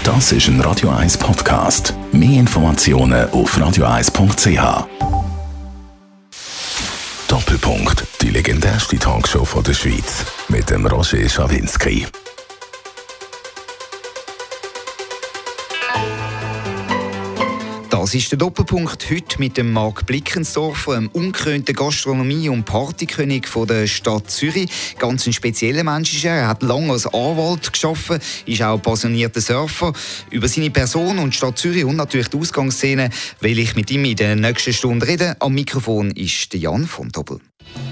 Das ist ein Radio 1 Podcast. Mehr Informationen auf radio1.ch. Doppelpunkt. Die legendärste Talkshow von der Schweiz. Mit dem Roger Schawinski. Das ist der Doppelpunkt heute mit dem Marc Blickensdorfer, einem ungekrönten Gastronomie- und Partykönig von der Stadt Zürich. Ganz ein spezieller Mensch ist er. Er hat lange als Anwalt gearbeitet, ist auch passionierter Surfer. Über seine Person und die Stadt Zürich und natürlich die Ausgangsszene will ich mit ihm in der nächsten Stunde reden. Am Mikrofon ist der Jan von Doppel.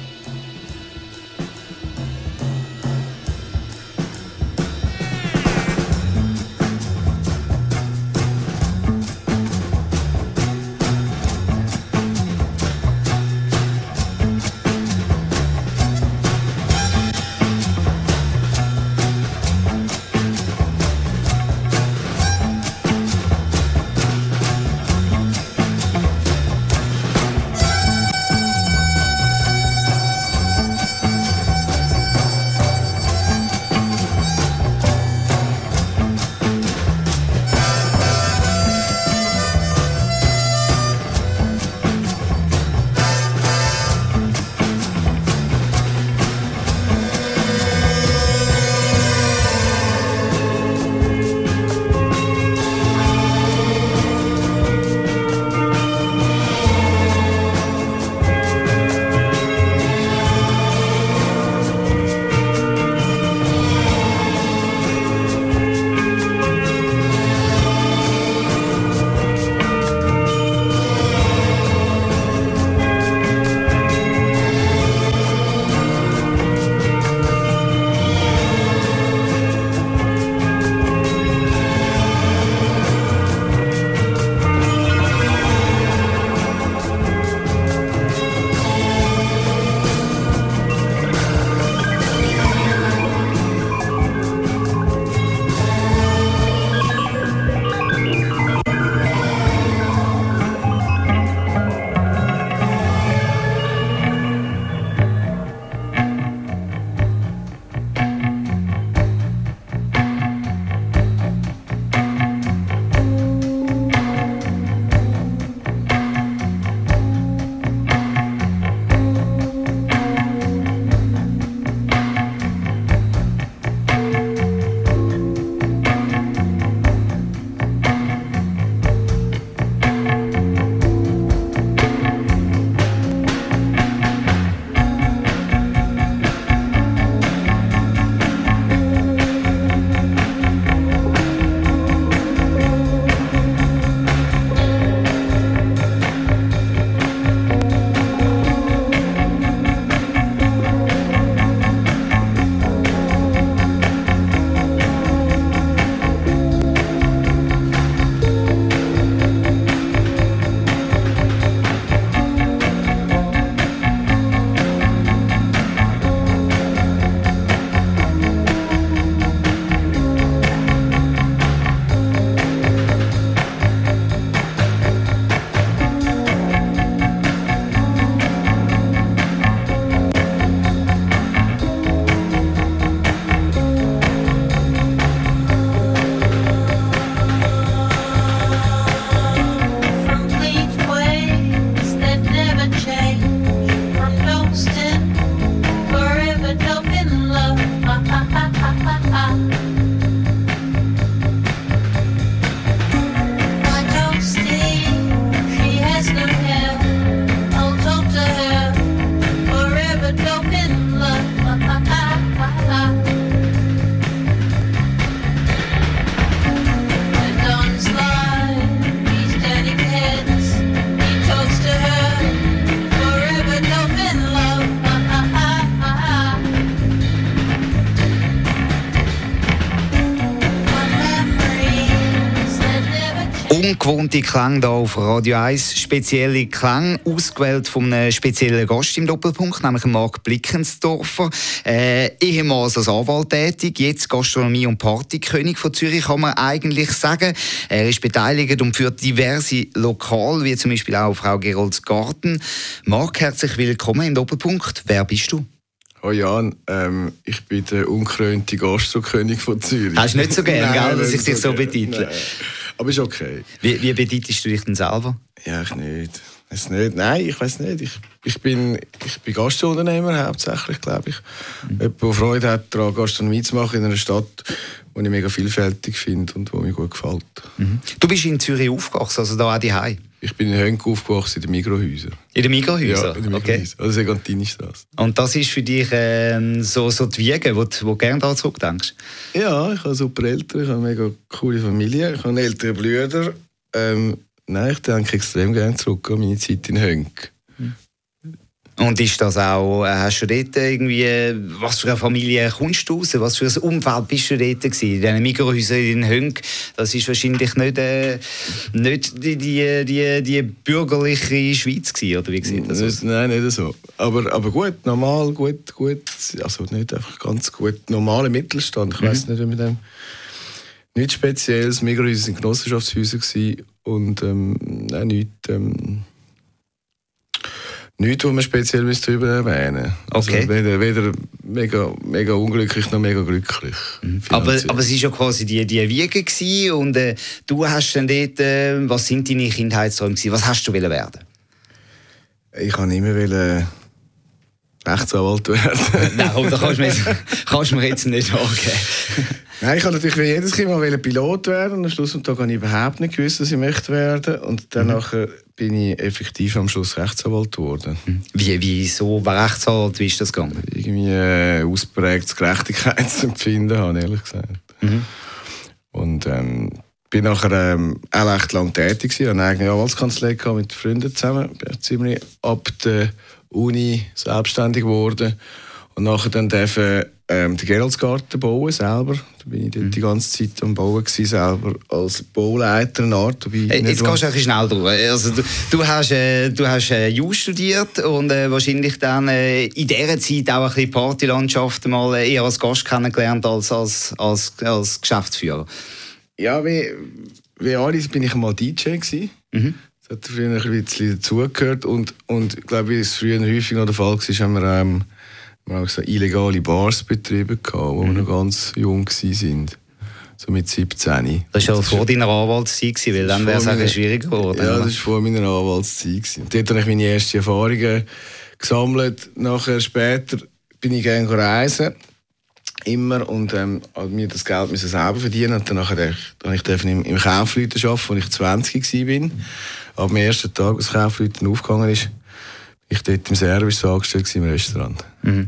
Ungewohnte Klänge hier auf Radio 1, spezielle Klänge, ausgewählt von einem speziellen Gast im Doppelpunkt, nämlich Marc Blickensdorfer. Ehemals als Anwalt tätig, jetzt Gastronomie- und Partykönig von Zürich, kann man eigentlich sagen. Er ist beteiligt und führt diverse Lokale, wie zum Beispiel auch Frau Gerolds Garten. Marc, herzlich willkommen im Doppelpunkt. Wer bist du? Oh Jan, ich bin der unkrönte Gastrokönig von Zürich. Hast du nicht so gerne, gell, dass ich dich so betitle? Nein. Aber ist okay. Wie betitelst du dich denn selber? Ja, ich nicht. Nein, ich weiß nicht. Ich bin Gastunternehmer hauptsächlich, glaube ich. Jemand, der Freude hat, daran Gastronomie zu machen in einer Stadt, die ich mega vielfältig finde und die mir gut gefällt. Du bist in Zürich aufgewachsen, also da auch daheim? Ich bin in Hönk aufgewachsen, in den Migrohäusern. In den Migrohäusern? Ja, in den Migrohäusern. Okay. Also Segantini-Strasse. Und das ist für dich so die Wiege, wo du gerne daran zurückdenkst? Ja, ich habe super Eltern, ich habe eine mega coole Familie, ich habe ältere Brüder. Nein, ich denke extrem gerne zurück an meine Zeit in Hönk. Und ist das auch, hast du dort irgendwie, was für eine Familie kommst du raus? Was für ein Umfeld bist du dort gewesen? In diesen Migrohäusern in Hönk, das ist wahrscheinlich nicht die bürgerliche Schweiz gewesen, oder wie sieht das aus? Nein, nicht so. Aber gut, normal, gut, also nicht einfach ganz gut, normaler Mittelstand. Ich weiss nicht, wie mit dem nichts Spezielles. Migrohäuser sind Genossenschaftshäuser gewesen und nichts, was man speziell darüber erwähnen müsste. Okay. Also weder mega unglücklich noch mega glücklich. Aber es war ja quasi die Wiege gewesen und du hast dann dort, was sind deine Kindheitsträume gewesen? Was hast du werden? Ich wollte immer Rechtsanwalt werden. Nein, da kannst du mir jetzt nicht sagen. Nein, ich wollte natürlich wie jedes Kind mal Pilot werden. Am Schluss des Tages habe ich überhaupt nicht gewusst, dass ich möchte werden. Und dann bin ich effektiv am Schluss Rechtsanwalt geworden. Wieso war Rechtsanwalt? Wie ist das gegangen? Irgendwie ausprägtes Gerechtigkeitsempfinden, habe ich ehrlich gesagt. Und bin nachher auch recht lang tätig gewesen. Ich hatte eine eigene Anwaltskanzlei mit Freunden zusammen. Ich bin ziemlich ab der Uni selbstständig geworden. Und nachher dann den Geroldsgarten bauen selber. Da bin ich dort die ganze Zeit am Bauen gewesen, selber als Bauleiter eine Art. Jetzt gehst du ein bisschen schnell durch. Also, du hast Jus studiert und wahrscheinlich dann in dieser Zeit auch ein bisschen Partylandschaft mal eher als Gast kennengelernt als Geschäftsführer. Ja, wie alles bin ich einmal DJ gewesen. Das hat früher ein bisschen dazugehört. Und ich glaube, wie es früher häufig noch der Fall war, haben wir auch so illegale Bars betrieben, wo wir noch ganz jung waren. So mit 17. Das war ja vor deiner Anwaltszeit, weil dann wäre es auch schwieriger geworden. Ja, das war vor meiner Anwaltszeit. Dort habe ich meine ersten Erfahrungen gesammelt. Nachher später bin ich gerne reisen. Immer. Und mir das Geld müssen selber verdienen. Und dann durfte ich im Kaufleuten arbeiten, als ich 20 war. Ab dem ersten Tag, als Kaufleuten aufgegangen ist, ich dort im Service angestellt im Restaurant.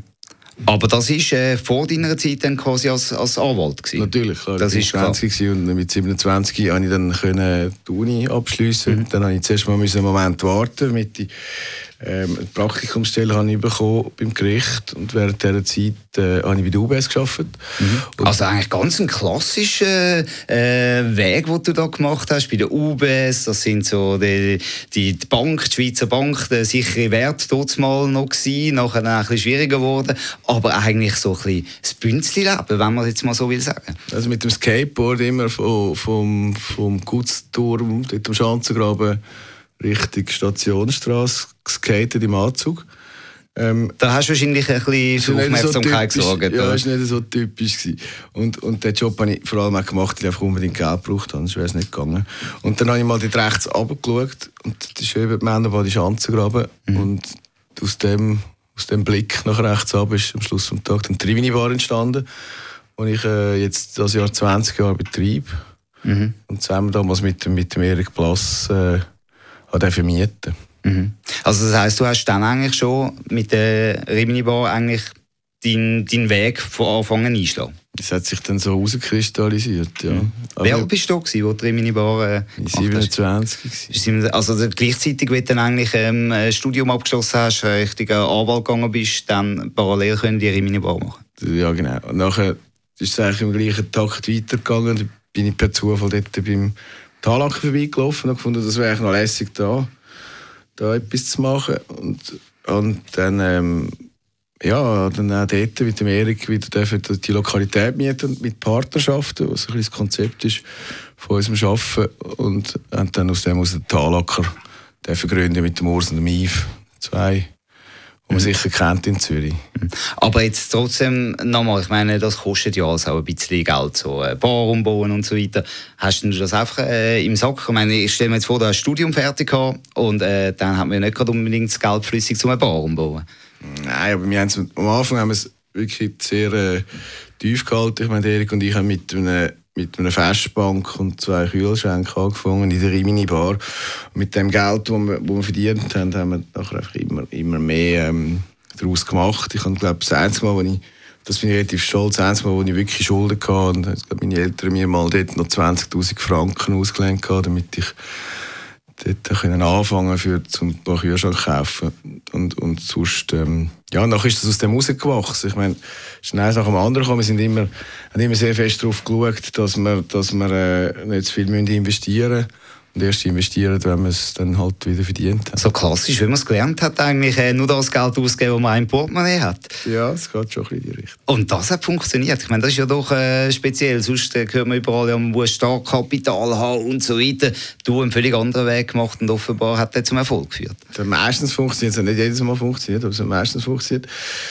Aber das war vor deiner Zeit dann quasi als Anwalt gewesen? Natürlich, klar. Das ich war 20 und mit 27 konnte ich dann die Uni abschliessen. Dann musste ich zuerst mal einen Moment warten. Eine Praktikumsstelle habe ich bekommen beim Gericht und während dieser Zeit habe ich bei der UBS gearbeitet. Also eigentlich ganz ein klassischer Weg, den du da gemacht hast bei der UBS. Das sind so die Bank, die Schweizer Bank, der sichere Wert dort mal noch gewesen, nachher dann ein bisschen schwieriger geworden, aber eigentlich so ein bisschen das Bünzli-Leben, wenn man jetzt mal so will sagen. Also mit dem Skateboard immer vom Kutzturm, dort am Schanzengraben, Richtung Stationsstrasse geskatet im Anzug. Da hast du wahrscheinlich ein bisschen für Aufmerksamkeit gesorgt. Ja, das war nicht so typisch. Und den Job habe ich vor allem auch gemacht, weil ich einfach unbedingt Geld gebraucht habe, sonst wäre es nicht gegangen. Und dann habe ich mal dort rechts runtergeschaut und das ist eben die Männerbade Schanzengraben. Und aus dem Blick nach rechts runter ist am Schluss des Tages die Rimini Bar entstanden, wo ich jetzt das Jahr 20 Jahre betreibe. Und zusammen damals mit dem Erik Plass vermieten. Also das heisst, du hast dann eigentlich schon mit der Rimini Bar eigentlich deinen Weg von Anfang an einschlagen? Das hat sich dann so herauskristallisiert, ja. Wie alt bist du, als du die Rimini Bar 27. Also gleichzeitig, wenn du dann eigentlich ein Studium abgeschlossen hast, Richtung Anwalt gegangen bist, dann parallel können die Rimini Bar machen? Ja, genau. Und nachher ist es eigentlich im gleichen Takt weitergegangen. Dann bin ich per Zufall dort beim Talacker vorbeigelaufen und gefunden, das wäre noch lässig da etwas zu machen. Und dann, dann auch dort mit dem Erik wieder die Lokalität mieten mit Partnerschaften, was ein bisschen das Konzept ist von unserem Arbeiten. Und haben dann aus dem den Talacker gründen mit dem Urs und dem Yves, 2 man sicher kennt in Zürich. Aber jetzt trotzdem nochmal, ich meine, das kostet ja alles auch ein bisschen Geld, so Bar umbauen und so weiter. Hast du das einfach im Sack? Ich meine, ich stelle mir jetzt vor, du hast das Studium fertig gehabt und dann hat man ja nicht gerade unbedingt das Geld flüssig zum Bar umbauen. Nein, aber wir am Anfang haben wir es wirklich sehr tief gehalten. Ich meine, Erik und ich haben mit einer Festbank und 2 Kühlschränken angefangen in der Rimini Bar. Mit dem Geld, das wir verdient haben, haben wir nachher einfach immer mehr daraus gemacht. Ich glaube, das einzige Mal, das bin ich relativ stolz, das einzige Mal, wo ich wirklich Schulden hatte, und ich glaube, meine Eltern mir mal dort noch 20'000 Franken ausgelehnt haben, damit ich dort anfangen konnte, um ein paar Kühlschrank zu kaufen. Und sonst, nachher ist das aus dem rausgewachsen. Ich meine, es ist eins nach dem anderen gekommen. Wir haben immer sehr fest darauf geschaut, dass wir nicht zu viel investieren müssen. Und erst investieren, wenn man es dann halt wieder verdient hat. So klassisch, wie man es gelernt hat, eigentlich nur das Geld ausgeben, das man im Portemonnaie hat. Ja, es geht schon ein bisschen in die Richtung. Und das hat funktioniert. Ich meine, das ist ja doch speziell. Sonst hört man überall, man muss Startkapital haben und so weiter. Du hast einen völlig anderen Weg gemacht und offenbar hat das zum Erfolg geführt. Meistens funktioniert es, nicht jedes Mal funktioniert, aber es hat meistens funktioniert.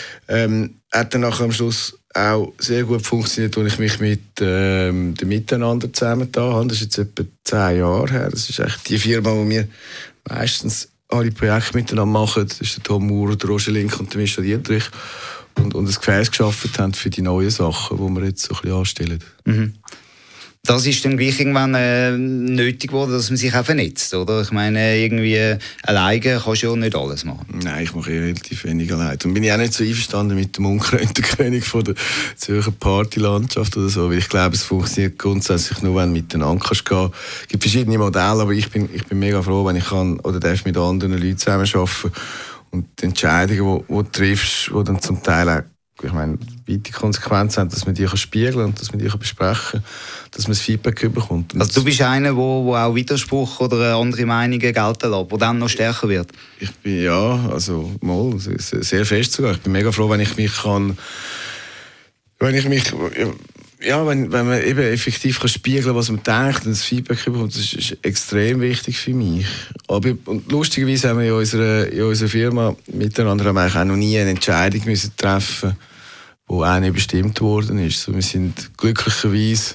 Hat dann nachher am Schluss auch sehr gut funktioniert, als ich mich mit dem Miteinander zusammengetan habe. Das ist jetzt etwa 10 Jahre her. Das ist echt die Firma, wo wir meistens alle Projekte miteinander machen. Das ist der Tom Maurer, der Roger Link und der Michel Dietrich. Und ein Gefäß geschaffen haben für die neuen Sachen, die wir jetzt so ein bisschen anstellen. Mhm. Das ist dann gleich irgendwann nötig geworden, dass man sich auch vernetzt, oder? Ich meine, irgendwie alleine kannst du ja nicht alles machen. Nein, ich mache relativ wenig alleine. Und bin ich auch nicht so einverstanden mit dem ungekrönten König von der Zürcher Partylandschaft oder so, weil ich glaube, es funktioniert grundsätzlich nur, wenn du miteinander kannst gehen. Es gibt verschiedene Modelle, aber ich bin mega froh, wenn ich kann oder darf mit anderen Leuten zusammenarbeiten. Und die Entscheidungen, die du triffst, die dann zum Teil auch, ich meine, weite Konsequenzen haben, dass man die spiegeln kann und dass man die besprechen kann, dass man das Feedback bekommt. Und also du bist einer, der auch Widerspruch oder andere Meinungen gelten lässt, der dann noch stärker wird? Ich bin, sehr fest sogar. Ich bin mega froh, wenn man eben effektiv spiegeln kann, was man denkt und das Feedback bekommt, das ist extrem wichtig für mich. Und lustigerweise haben wir in unserer Firma miteinander auch noch nie eine Entscheidung müssen treffen, die auch bestimmt worden ist. So, wir sind glücklicherweise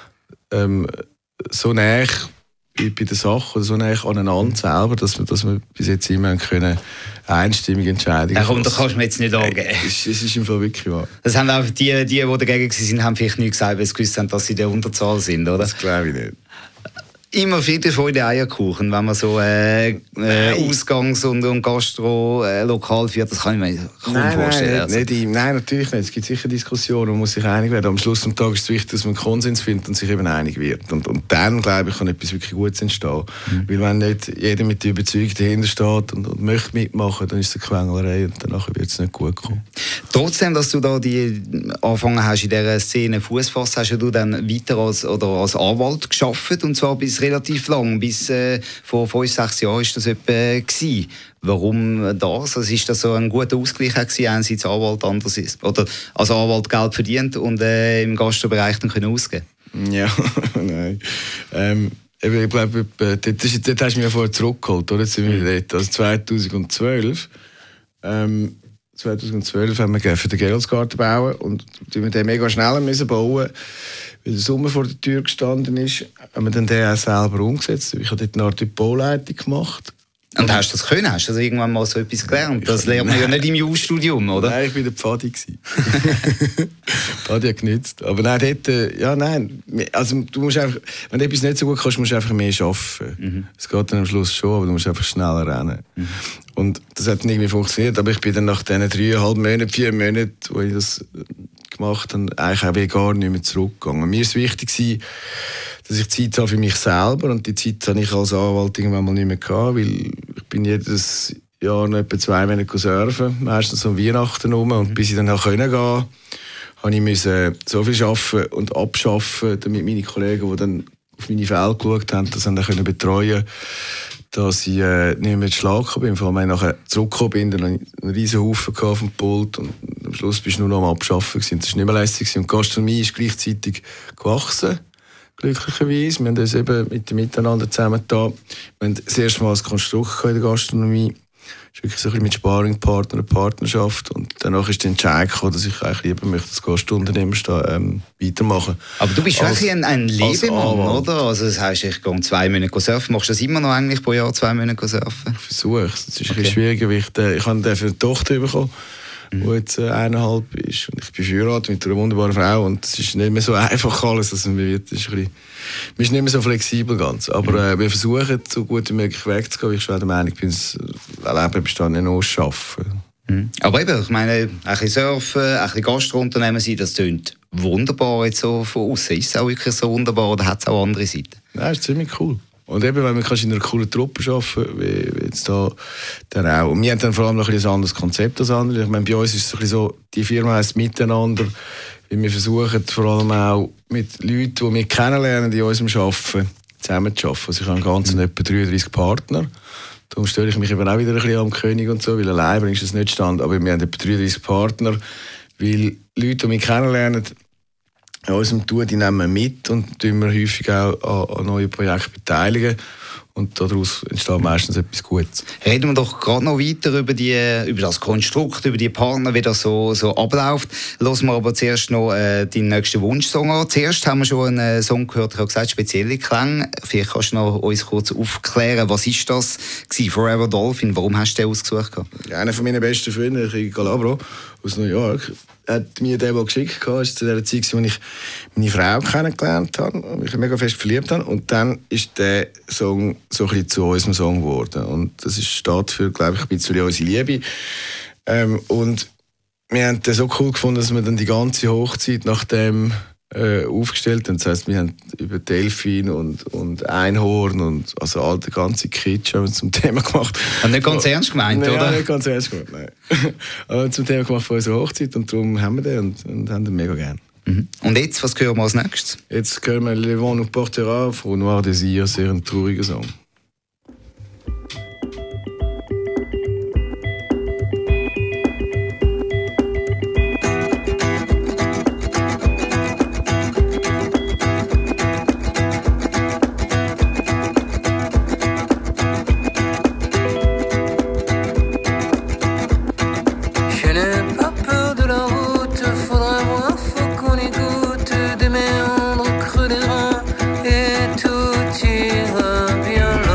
so nah bei der Sache oder so nah aneinander selber, dass wir bis jetzt immer einstimmige Entscheidungen treffen. Ja, da kannst du mir jetzt nicht angeben. Es ist im Fall wirklich wahr. Das haben auch die dagegen waren, haben vielleicht nicht gesagt, weil sie gewusst haben, dass sie in der Unterzahl sind, oder? Das glaube ich nicht. Immer Friede, Freude, Eierkuchen, wenn man so Ausgangs- und Gastro-Lokal führt, das kann ich mir kaum vorstellen. Nein, natürlich nicht. Es gibt sicher Diskussionen, man muss sich einig werden. Am Schluss des Tages ist es wichtig, dass man einen Konsens findet und sich eben einig wird. Und dann, glaube ich, kann etwas wirklich Gutes entstehen. Weil wenn nicht jeder mit der Überzeugung dahinter steht und möchte mitmachen, dann ist es eine Quengelerei und danach wird es nicht gut kommen. Trotzdem, dass du da angefangen hast, in dieser Szene Fuß fassen, hast du dann weiter als Anwalt gearbeitet, und zwar bis relativ lang, bis vor 5-6 Jahren war das etwa gewesen. Warum das? Also ist das so ein guter Ausgleich gewesen, einerseits Anwalt, andererseits oder als Anwalt Geld verdient und im Gastrobereich dann können ausgeben? Ja, nein. Ich glaube, dort hast du mich ja vorher zurückgeholt, oder? Jetzt sind wir dort. Also 2012 haben wir für den Geroldsgarten bauen und wir den mega schnell müssen bauen, weil der Sommer vor der Tür gestanden ist, haben wir dann den auch selber umgesetzt. Ich habe dort eine Art Bauleitung gemacht. Und hast du das können? Hast du also irgendwann mal so etwas gelernt? Das lernt man ja nicht im Jurastudium, oder? Nein, ich war der Pfadi. Pfadi hat genützt. Aber nein, dort, also du musst einfach, wenn du etwas nicht so gut kannst, musst du einfach mehr arbeiten. Es geht dann am Schluss schon, aber du musst einfach schneller rennen. Und das hat dann irgendwie funktioniert, aber ich bin dann nach diesen 3,5 Monaten, 4 Monaten, wo ich das gemacht habe, eigentlich auch gar nicht mehr zurückgegangen. Mir war es wichtig, dass ich Zeit habe für mich selber, und die Zeit habe ich als Anwalt irgendwann mal nicht mehr gehabt, weil ich bin jedes Jahr noch etwa 2 Monate surfen, meistens um Weihnachten herum, und bis ich dann auch gehen konnte, musste ich so viel arbeiten und abschaffen, damit meine Kollegen, die dann auf meine Fälle geschaut haben, das dann betreuen, dass ich nicht mehr zu schlagen bin. Vor allem, wenn ich nachher zurückgekommen bin, dann hatte ich einen riesen Haufen auf dem Pult und am Schluss bist du nur noch am Abschaffen gewesen. Das war nicht mehr lässig. Und die Gastronomie ist gleichzeitig gewachsen, glücklicherweise. Wir haben uns eben mit dem Miteinander zusammengetan. Wir haben das erste Mal ein Konstrukt in der Gastronomie. ist wirklich so ein bisschen mit Sparringpartner eine Partnerschaft. Und danach ist der Entscheid gekommen, dass ich eigentlich lieber möchte als Gastunternehmer weitermachen. Aber du bist wirklich ein Lebemann, oder? Also das heisst, ich gehe 2 Monate surfen. Machst du das immer noch eigentlich pro Jahr 2 Monate surfen? Ich versuche es. Es ist ein bisschen schwieriger, weil ich habe eine Tochter bekommen, die jetzt 1,5 ist. Und ich bin verheiratet mit einer wunderbaren Frau. Und es ist nicht mehr so einfach alles. Also man ist nicht mehr so flexibel ganz. Aber wir versuchen, so gut wie möglich wegzugehen. Ich schon der Meinung bin, das Leben besteht nicht nur aus Arbeiten. Aber eben, ich meine, ein bisschen surfen, ein bisschen Gastrounternehmen sein, das klingt wunderbar jetzt so von außen. Ist es auch wirklich so wunderbar oder hat es auch andere Seiten? Nein, ist ziemlich cool. Und eben, wenn man in einer coolen Truppe arbeiten kann, wie jetzt da, dann auch. Und wir haben dann vor allem noch ein anderes Konzept als andere. Ich meine, bei uns ist es ein bisschen so, die Firma heisst Miteinander. Weil wir versuchen vor allem auch mit Leuten, die wir kennenlernen, in unserem Arbeiten, zusammen zu arbeiten. Also ich habe ganz etwa 33 Partner. Darum störe ich mich eben auch wieder ein bisschen am König und so, weil allein bringst du es nicht stand. Aber wir haben etwa 33 Partner, weil Leute, die wir kennenlernen, in unserem Tun, die nehmen wir mit und tun wir häufig auch an neuen Projekten beteiligen. Und daraus entsteht meistens etwas Gutes. Reden wir doch gerade noch weiter über das Konstrukt, über die Partner, wie das so abläuft. Hören wir aber zuerst noch deinen nächsten Wunschsong an. Zuerst haben wir schon einen Song gehört, ich habe gesagt, spezielle Klänge. Vielleicht kannst du noch uns kurz aufklären, was ist das gewesen? Forever Dolphin, warum hast du den ausgesucht? Einer von meinen besten Freunde, Ricky Calabro aus New York, hat mir den mal geschickt. Das war zu der Zeit, als ich meine Frau kennengelernt habe und mich mega fest verliebt habe. Und dann ist der Song so ein bisschen zu unserem Song geworden. Und das steht für, glaube ich, ein bisschen unsere Liebe. Und wir haben den so cool gefunden, dass wir dann die ganze Hochzeit nach dem aufgestellt haben. Das heisst, wir haben über Delfin und Einhorn und also all den ganzen Kitsch haben wir zum Thema gemacht. Und nicht ganz ernst gemeint, nein, oder? Nein, nicht ganz ernst gemeint, nein. Aber zum Thema gemacht von unserer Hochzeit und darum haben wir den und haben den mega gerne. Und jetzt, was hören wir als nächstes? Jetzt hören wir «Le vent nous portera» von Noir Désir, sehr ein trauriger Song. Des méandres creux des reins et tout ira bien.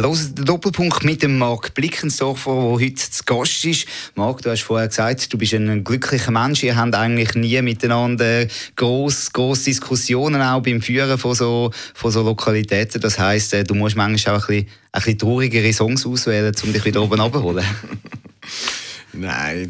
hören den Doppelpunkt mit dem Marc Blickensdorfer, der heute zu Gast ist. Marc, du hast vorher gesagt, du bist ein glücklicher Mensch. Ihr habt eigentlich nie miteinander grosse Diskussionen, auch beim Führen von so Lokalitäten. Das heisst, du musst manchmal auch ein bisschen traurigere Songs auswählen, um dich wieder oben abzuholen. Nein.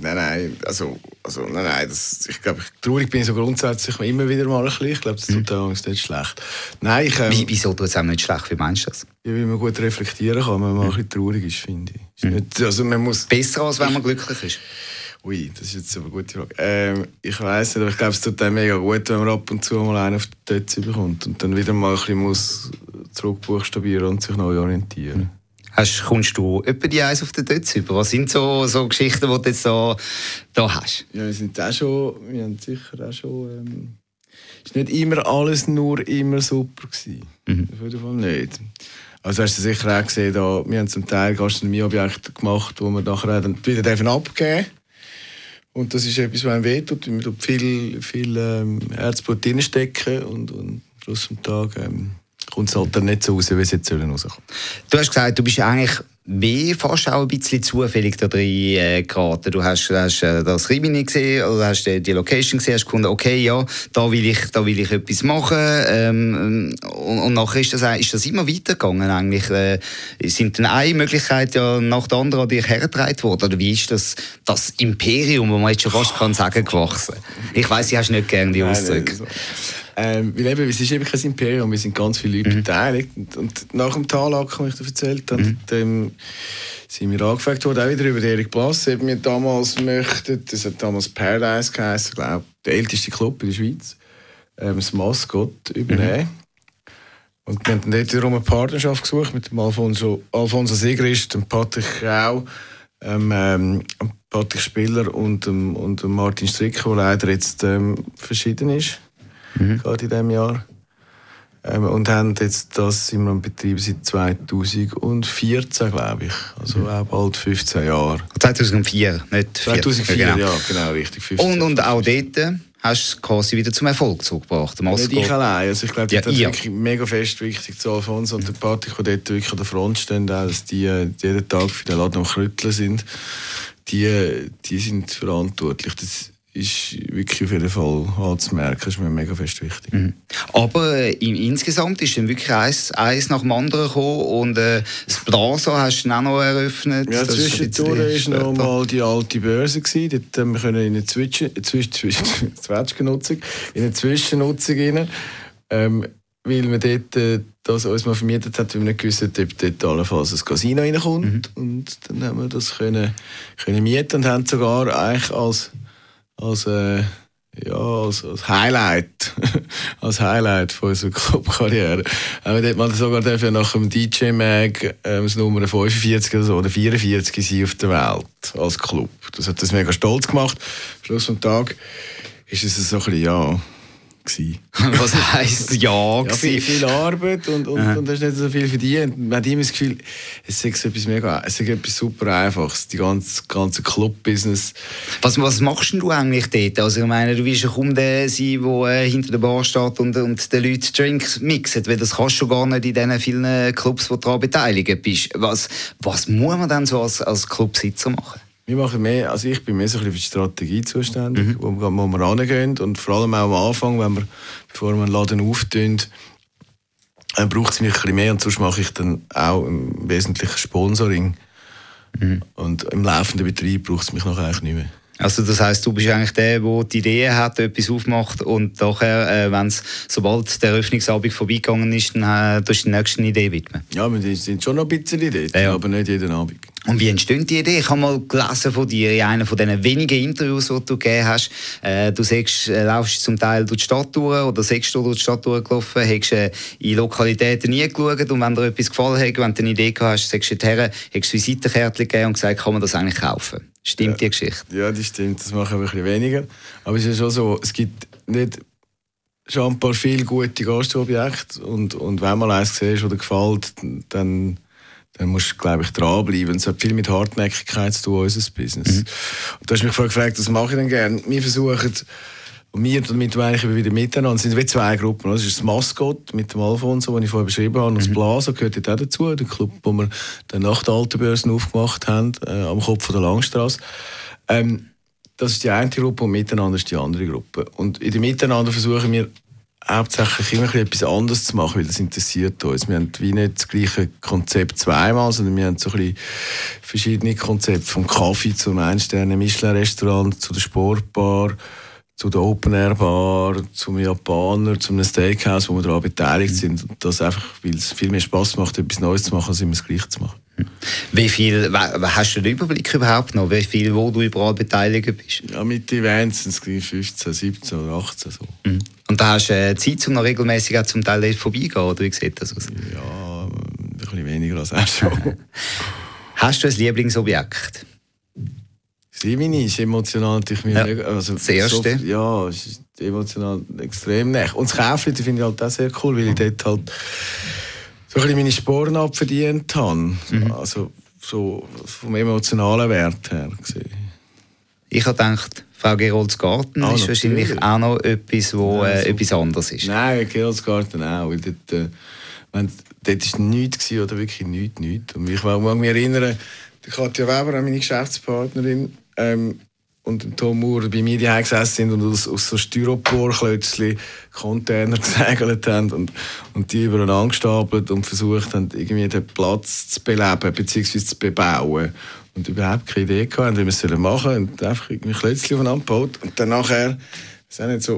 Nein. Ich glaube, traurig bin ich so grundsätzlich immer wieder mal ein bisschen. Ich glaube, das tut uns nicht schlecht. Nein, Wieso tut es einem nicht schlecht? Wie meinst du das? Ja, weil man gut reflektieren kann, wenn man ein bisschen traurig ist, finde ich. Nicht, also man muss besser, als wenn man glücklich ist? Ui, das ist jetzt eine gute Frage. Ich weiss nicht, aber ich glaube, es tut einem mega gut, wenn man ab und zu mal einen auf die Tötze bekommt und dann wieder mal ein bisschen muss zurückbuchstabieren und sich neu orientieren. Kommst du etwa die Eis auf den Dötz über? Was sind so Geschichten, die du jetzt da hast? Ja, wir haben sicher auch schon... Es war nicht immer alles nur immer super gewesen. Auf jeden Fall nicht. Also hast du sicher auch gesehen, wir haben zum Teil Gastronomieobjekte gemacht, die wir nachher dann wieder abgeben dürfen. Und das ist etwas, was einem wehtut. Man tut viel Herzblut reinstecken und am Schluss des Tages kommt es halt dann nicht so raus, wie es jetzt rauskommen soll. Du hast gesagt, du bist eigentlich fast auch ein bisschen zufällig da drin geraten. Du hast das Rimini gesehen, oder hast die Location gesehen, hast gefunden, okay, ja, da will ich etwas machen. Und nachher ist das immer weitergegangen eigentlich. Sind dann eine Möglichkeit ja nach der anderen an dich hergetragen worden? Oder wie ist das Imperium, das man jetzt schon fast kann sagen, gewachsen? Ich weiss, du hast nicht gerne die Ausdrücke. Weil es ist eben kein Imperium, wir sind ganz viele Leute beteiligt. Und nach dem Talak, wie ich dir erzählt habe, sind wir angefragt worden, auch wieder über Erik Blass. Wir damals möchten, das hat damals Paradise geheißen, glaube ich, der älteste Club in der Schweiz, das Maskott übernehmen. Und wir haben dann dort wiederum eine Partnerschaft gesucht mit dem Alfonso Sigrist, dem Patrick Rau, Patrick Spiller und dem Martin Stricker, der leider jetzt verschieden ist. Gerade in diesem Jahr. Und haben jetzt das sind wir am Betrieb seit 2014, glaube ich. Also auch bald 15 Jahre. 2004, nicht 2004, ja, genau, richtig. 15, und auch dort hast du quasi wieder zum Erfolg zugebracht. Nicht ich allein. Also ich glaube, das ist wirklich mega fest wichtig zu Alfonso und der Patrick, die dort wirklich an der Front stehen, dass die jeden Tag für den Laden am Krütteln sind. Die sind verantwortlich. Das ist wirklich auf jeden Fall anzumerken. Das ist mir mega fest wichtig. Aber insgesamt ist dann wirklich eins nach dem anderen gekommen und das Plaza hast du dann auch noch eröffnet. Ja, zwischendurch war noch mal die alte Börse gewesen. Dort haben wir in eine Zwischennutzung rein. Weil wir dort das uns mal vermietet haben, weil wir nicht gewusst haben, ob dort allenfalls ein Casino reinkommt. Und dann haben wir das können mieten und haben sogar eigentlich als Highlight als Highlight von unserer Clubkarriere. Wir dort mal sogar nach dem DJ-Mag das Nummer 45 oder so, oder 44 sein auf der Welt als Club. Das hat uns mega stolz gemacht. Am Schluss des Tages ist es so ein bisschen, ja, gewesen. Was heisst ja? Viel Arbeit und hast nicht so viel verdient. Man hat immer das Gefühl, es ist etwas super Einfaches, die ganze Club-Business. Was machst du eigentlich dort? Also ich meine, du willst ja kaum der sein, der hinter der Bar steht und den Leuten Drinks mixt, weil das kannst du gar nicht in diesen vielen Clubs, wo du daran beteiligt bist. Was muss man dann so als Clubsitzer machen? Wir machen mehr, also ich bin mehr so ein bisschen für die Strategie zuständig, wo wir rangehen. Und vor allem auch am Anfang, bevor wir einen Laden auftun, braucht es mich ein bisschen mehr. Und sonst mache ich dann auch im Wesentlichen Sponsoring. Und im laufenden Betrieb braucht es mich nachher eigentlich nicht mehr. Also das heisst, du bist eigentlich der die Idee hat, etwas aufmacht und nachher, sobald der Eröffnungsabend vorbeigegangen ist, dann tust du die nächste Idee widmen. Ja, wir sind schon noch ein bisschen dort, aber nicht jeden Abend. Und wie entsteht die Idee? Ich habe mal gelesen von dir in einem von diesen wenigen Interviews, die du gegeben hast. Du laufst zum Teil durch die Stadt durch oder sagst du durch die Stadt durchgelaufen, hast in Lokalitäten nie geschaut und wenn dir etwas gefallen hat, wenn du eine Idee gehabt hast, sagst du her, hast du Visitenkärtchen gegeben und gesagt, kann man das eigentlich kaufen? Stimmt die Geschichte? Ja, die stimmt. Das machen wir ein bisschen weniger. Aber es ist schon so, es gibt nicht schon ein paar viele gute Gastobjekte und wenn mal eins siehst, das dir gefällt, dann musst du, glaube ich, dranbleiben. Es hat viel mit Hartnäckigkeit zu tun, unser Business. Und du hast mich vorher gefragt, was mache ich denn gerne? Wir versuchen Und wir damit eigentlich wieder miteinander sind wie zwei Gruppen. Das ist das Maskott mit dem Alfonso, den ich vorher beschrieben habe, und das Blaso gehört dort auch dazu, der Club, wo wir dann nach der Alten Börse aufgemacht haben, am Kopf der Langstrasse. Das ist die eine Gruppe und miteinander ist die andere Gruppe. Und in dem Miteinander versuchen wir hauptsächlich immer etwas anderes zu machen, weil das interessiert uns. Wir haben wie nicht das gleiche Konzept zweimal, sondern wir haben so ein bisschen verschiedene Konzepte, vom Kaffee zum Ein-Sterne-Michelin-Restaurant, zu der Sportbar, zu der Open-Air-Bar, zum Japaner, zu einem Steakhouse, wo wir daran beteiligt sind. Und das einfach, weil es viel mehr Spass macht, etwas Neues zu machen, als immer das Gleiche zu machen. Wie viel, hast du den Überblick überhaupt noch, wie viel, wo du überall beteiligt bist? Ja, mit Events sind es 15, 17 oder 18 so. Und da hast du Zeit, um noch regelmäßig auch zum Teil vorbeigehen, oder wie sieht das aus? Ja, ein bisschen weniger als er schon. Hast du ein Lieblingsobjekt? Simini ist emotional natürlich mir also das Erste? So, ja, es ist emotional extrem nah. Und das Käfli finde ich halt auch sehr cool, weil ich dort halt so ein bisschen meine Sporen abverdient habe. Also so vom emotionalen Wert her gesehen. Ich habe gedacht, Frau Geroldsgarten ist wahrscheinlich auch noch etwas, wo etwas anderes ist. Nein, Geroldsgarten auch, weil dort ist nichts oder wirklich nichts. Und ich mag mich erinnern, die Katja Weber, meine Geschäftspartnerin, und Tom Moore bei mir daheim gesessen sind und aus so Styroporklötzchen Container gesegelt haben und die übereinander gestapelt und versucht haben, irgendwie den Platz zu beleben bzw. zu bebauen. Und überhaupt keine Idee gehabt, wie wir es machen sollen. Und einfach irgendwie Klötzchen aufeinander gebaut. Und dann nachher, ist auch nicht so,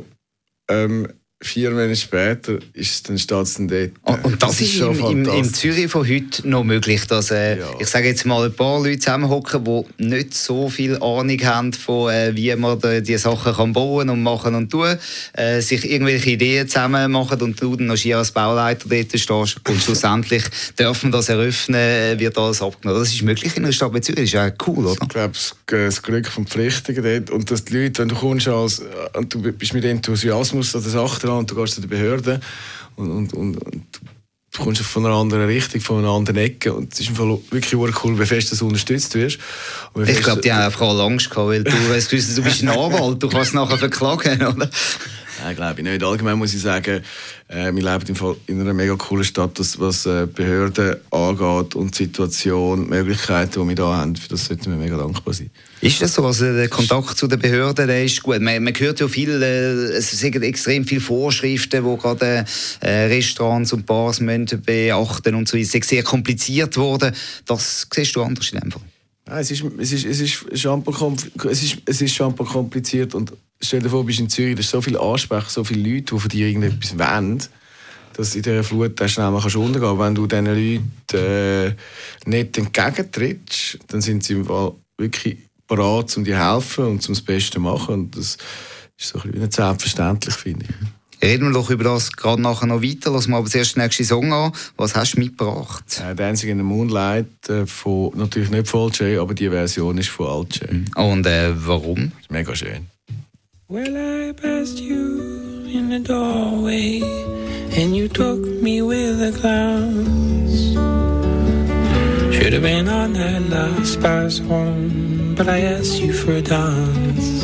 4 Monate später dann steht es dann dort. Und das ist im Zürich von heute noch möglich, dass ich sage jetzt mal ein paar Leute zusammenhocken, die nicht so viel Ahnung haben von wie man die Sachen kann bauen und machen und tun, sich irgendwelche Ideen zusammen machen und du dann noch schier als Bauleiter dort stehst und schlussendlich dürfen das eröffnen, wird alles abgenommen. Das ist möglich in einer Stadt wie Zürich, ist auch cool, oder? Ich glaube, das Glück vom Pflichtigen dort und dass die Leute, wenn du kommst und du bist mit Enthusiasmus an der Sache dran und du gehst zu den Behörden und du kommst von einer anderen Richtung, von einer anderen Ecke und es ist im Fall wirklich cool, wie fest du unterstützt wirst. Ich glaube, die haben einfach alle Angst gehabt, weil du bist ein Anwalt, du kannst nachher verklagen, oder? Nein, glaube ich nicht. Allgemein muss ich sagen, wir leben im Fall in einer mega coolen Stadt, was Behörden angeht und die Situation, die Möglichkeiten, die wir hier haben. Für das sollten wir mega dankbar sein. Ist das so? Also der Kontakt zu den Behörden, der ist gut. Man hört ja viel, es sind extrem viele Vorschriften, die gerade Restaurants und Bars müssen beachten und so. Es ist sehr kompliziert geworden. Das siehst du anders in dem Fall. Nein, es ist schon ein paar kompliziert und stell dir vor, du bist in Zürich, da ist so viel Ansprache, so viele Leute, die von dir irgendetwas wollen, dass in dieser Flut schnell mal untergehen kannst. Wenn du diesen Leuten nicht entgegentrittst, dann sind sie im Fall wirklich bereit, um dir zu helfen und zum Besten zu machen. Und das ist so ein bisschen nicht selbstverständlich, finde ich. Reden wir doch über das gerade nachher noch weiter. Lassen wir aber zuerst den nächsten Song an. Was hast du mitgebracht? Dancing in the Moonlight, natürlich nicht von Alt J, aber die Version ist von Alt J. Und warum? Das ist mega schön. Well, I passed you in the doorway and you took me with the clowns. Should have been on that last bus home, but I asked you for a dance.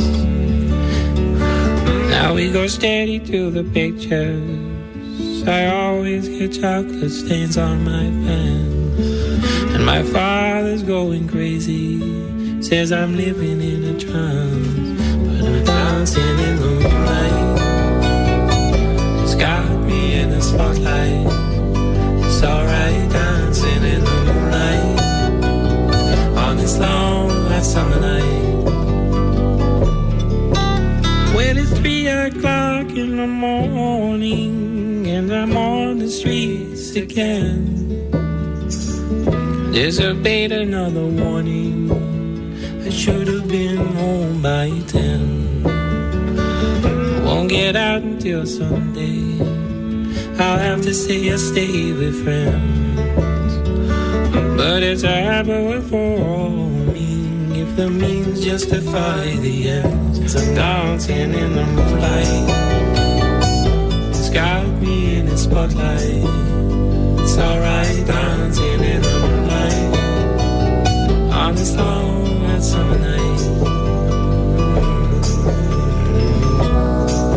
Now we go steady to the pictures. I always get chocolate stains on my pants. And my father's going crazy, says I'm living in a trance. But I'm dancing in the moonlight. It's got me in the spotlight. It's alright dancing in the moonlight on this long hot summer night. Well, it's 3 o'clock in the morning and I'm on the streets again. Disobeyed another warning. I should have been home by 10. I won't get out until Sunday. I'll have to say I stay with friends. But it's a habit for me if the means justify the ends. I'm dancing in the moonlight. It's got me in the spotlight. It's alright dancing in the moonlight on this long hot summer night.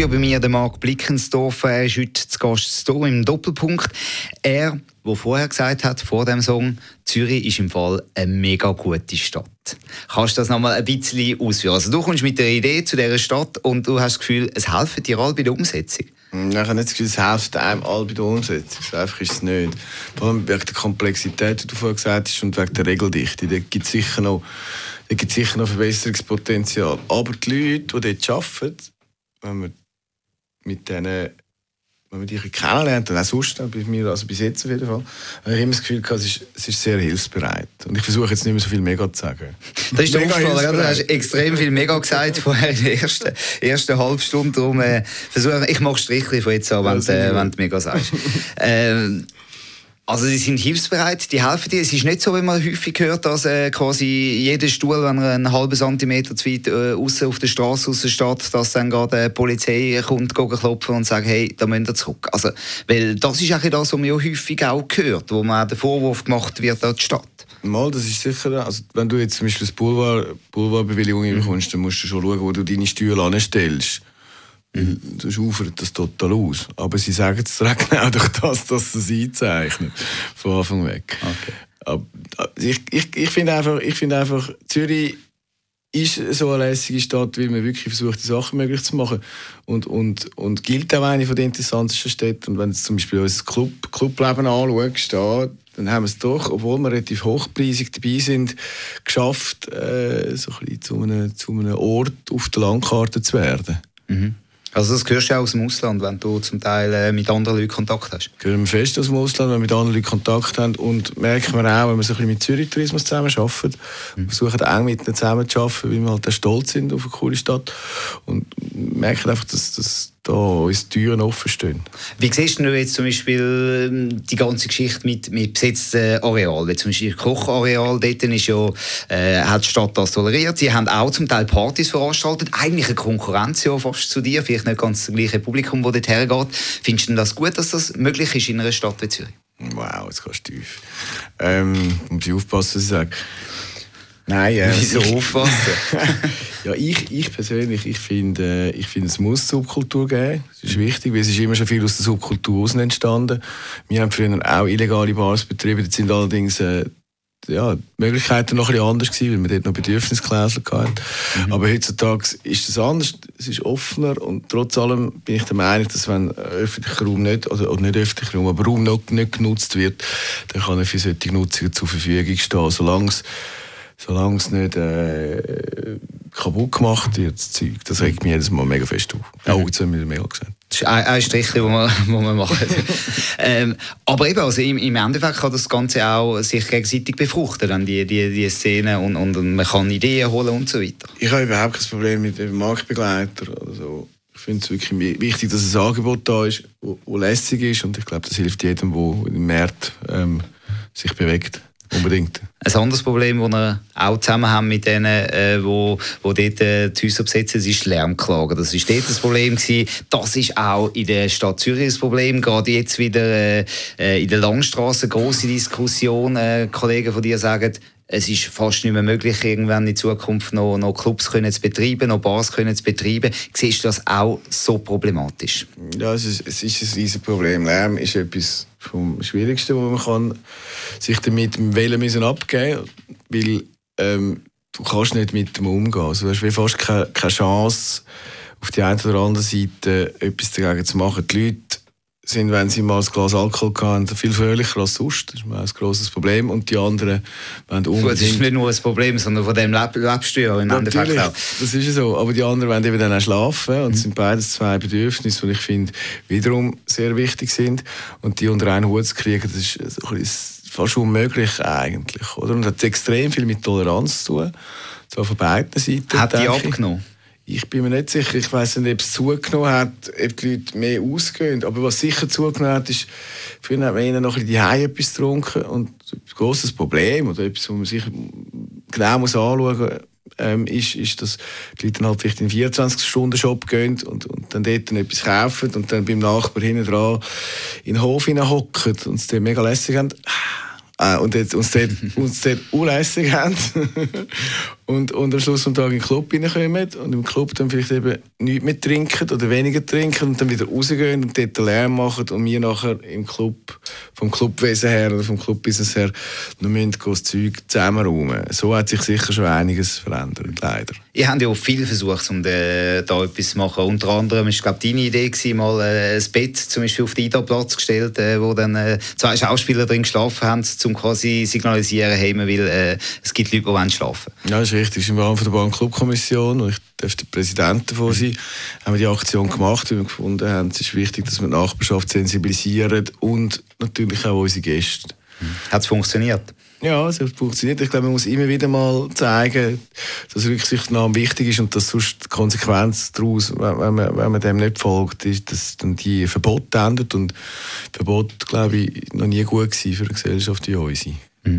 Studio bei mir, der Marc Blickensdorfer. Er ist heute zu Gast hier im Doppelpunkt. Er, der vorher gesagt hat, vor dem Song, Zürich ist im Fall eine mega gute Stadt. Kannst du das noch mal ein bisschen ausführen? Also du kommst mit der Idee zu dieser Stadt und du hast das Gefühl, es helfen dir alle bei der Umsetzung? Ich habe nicht das Gefühl, es hilft einem alle bei der Umsetzung. So einfach ist es nicht. Vor allem wegen der Komplexität, die du vorher gesagt hast, und wegen der Regeldichte. Da gibt es sicher noch Verbesserungspotenzial. Aber die Leute, die dort arbeiten, wenn man mit denen, wenn man die kennenlernt, und auch sonst, bei mir, also bis jetzt auf jeden Fall, habe ich immer das Gefühl gehabt, es ist sehr hilfsbereit. Und ich versuche jetzt nicht mehr so viel Mega zu sagen. Das ist der Aufschlag, du hast extrem viel Mega gesagt vorher in der ersten halben Stunde. Darum ich mache Strichchen von jetzt an, wenn du Mega sagst. Also sie sind hilfsbereit, die helfen dir. Es ist nicht so, wie man häufig hört, dass quasi jeder Stuhl, wenn er einen halben Zentimeter zu weit aussen auf der Straße steht, dass dann gerade die Polizei kommt, klopfen und sagt, hey, da müsst ihr zurück. Also, weil das ist eigentlich das, was man ja häufig auch hört, wo man den Vorwurf gemacht wird an die Stadt. Mal, das ist sicher. Also, wenn du jetzt zum Beispiel das Boulevardbewilligung bekommst, dann musst du schon schauen, wo du deine Stühle anstellst. Sonst ufert das total aus. Aber sie sagen es genau durch das, dass sie es einzeichnen. Von Anfang weg. Okay. Aber ich finde einfach, Zürich ist so eine lässige Stadt, weil man wirklich versucht, die Sachen möglich zu machen. Und gilt auch eine der interessantesten Städte. Und wenn du zum Beispiel unser Clubleben anschaust, dann haben wir es doch, obwohl wir relativ hochpreisig dabei sind, geschafft, so ein bisschen zu einem Ort auf der Landkarte zu werden. Mhm. Also das hörst du auch aus dem Ausland, wenn du zum Teil mit anderen Leuten Kontakt hast? Hören wir fest aus dem Ausland, wenn wir mit anderen Leuten Kontakt haben, und merken wir auch, wenn wir so ein bisschen mit Zürich Tourismus zusammenarbeiten, versuchen eng mit ihnen zusammenzuarbeiten, weil wir halt stolz sind auf eine coole Stadt, und merken einfach, dass da uns Türen offen stehen. Wie siehst du jetzt zum Beispiel die ganze Geschichte mit besetzten Arealen? Zum Beispiel das Kochareal, dort ist hat die Stadt das toleriert. Sie haben auch zum Teil Partys veranstaltet. Eigentlich eine Konkurrenz ja fast zu dir, vielleicht nicht ganz das gleiche Publikum, das dort hergeht. Findest du das gut, dass das möglich ist in einer Stadt wie Zürich? Wow, jetzt gehst du tief. Muss ich aufpassen, was ich sage. Nein, wieso aufpassen? Ja, ich persönlich, ich finde, es muss Subkultur geben. Das ist wichtig, weil es ist immer schon viel aus der Subkultur außen entstanden. Wir haben früher auch illegale Bars betrieben, das sind allerdings die Möglichkeiten noch ein bisschen anders gewesen, weil wir dort noch Bedürfnisklauseln hatten. Aber heutzutage ist es anders, es ist offener, und trotz allem bin ich der Meinung, dass wenn öffentlicher Raum nicht öffentlicher Raum, aber Raum noch nicht genutzt wird, dann kann er für solche Nutzungen zur Verfügung stehen, solange es nicht kaputt gemacht wird, das Zeug. Das regt mich jedes Mal mega fest auf. Auch jetzt haben wir mehr gesagt. Das ist ein Strich, den wir machen. Aber eben, also im Endeffekt kann das Ganze auch sich gegenseitig befruchten, dann die Szene, und man kann Ideen holen und so weiter. Ich habe überhaupt kein Problem mit dem Marktbegleiter oder so. Ich finde es wirklich wichtig, dass ein Angebot da ist, das lässig ist, und ich glaube, das hilft jedem, der im Markt sich bewegt. Unbedingt. Ein anderes Problem, das wir auch zusammen haben mit denen, die dort die Häuser besetzen, ist Lärmklagen. Das war dort das Problem gewesen. Das ist auch in der Stadt Zürich das Problem. Gerade jetzt wieder in der Langstrasse grosse Diskussion. Kollegen von dir sagen, es ist fast nicht mehr möglich, irgendwann in Zukunft noch Clubs zu betreiben, noch Bars zu betreiben. Siehst du das auch so problematisch? Ja, es ist ein riesiges Problem. Lärm ist etwas vom Schwierigsten, wo man sich damit wählen abgeben müssen, weil du kannst nicht mit dem umgehen. Also, du hast fast keine Chance, auf die eine oder andere Seite etwas dagegen zu machen. Die Leute sind, wenn sie mal ein Glas Alkohol haben, viel fröhlicher als sonst. Das ist ein grosses Problem. Und die anderen wollen unbedingt... Das ist nicht nur ein Problem, sondern von dem lebst du ja im Endeffekt auch. Das ist so. Aber die anderen wollen eben dann auch schlafen. Und es sind beides zwei Bedürfnisse, die ich finde, wiederum sehr wichtig sind. Und die unter einen Hut zu kriegen, das ist so ein bisschen fast unmöglich eigentlich. Oder? Und hat extrem viel mit Toleranz zu tun. So von beiden Seiten. Hat die abgenommen? Ich bin mir nicht sicher. Ich weiss nicht, ob es zugenommen hat, ob die Leute mehr ausgehen. Aber was sicher zugenommen hat, ist, früher hat man ihnen noch ein bisschen daheim etwas getrunken. Und ein grosses Problem, oder etwas, was man sich genau anschauen muss, ist, dass die Leute dann halt vielleicht in einen 24-Stunden-Shop gehen und dann dort etwas kaufen und dann beim Nachbar hinten dran in den Hof hocken und es dort mega lässig haben. Und jetzt uns dort unlässig haben. und am Schluss des Tages in den Club reinkommen und im Club dann vielleicht eben nichts mehr trinken oder weniger trinken und dann wieder rausgehen und dort Lärm machen und wir nachher im Club, vom Clubwesen her oder vom Clubbusiness her, noch müssen das Zeug zusammenräumen. So hat sich sicher schon einiges verändert, leider. Ihr habt ja auch viel versucht, um da etwas zu machen. Unter anderem war, glaube ich, deine Idee, mal ein Bett zum Beispiel auf den Ida-Platz gestellt, wo dann 2 Schauspieler drin geschlafen haben, um quasi signalisieren, hey, man will, es gibt Leute, die schlafen wollen. Ja, das ist richtig. Das ist im Rahmen der Bahn-Club-Kommission, und ich darf der Präsident davon sein, haben wir die Aktion gemacht, weil wir gefunden haben, es ist wichtig, dass wir die Nachbarschaft sensibilisieren und natürlich auch unsere Gäste. Hat es funktioniert? Ja, es hat funktioniert. Ich glaube, man muss immer wieder mal zeigen, dass Rücksichtnahme wichtig ist und dass sonst die Konsequenz daraus, wenn man dem nicht folgt, ist, dass dann die Verbote ändert. Und Verbote, glaube ich, noch nie gut gewesen für eine Gesellschaft wie unsere.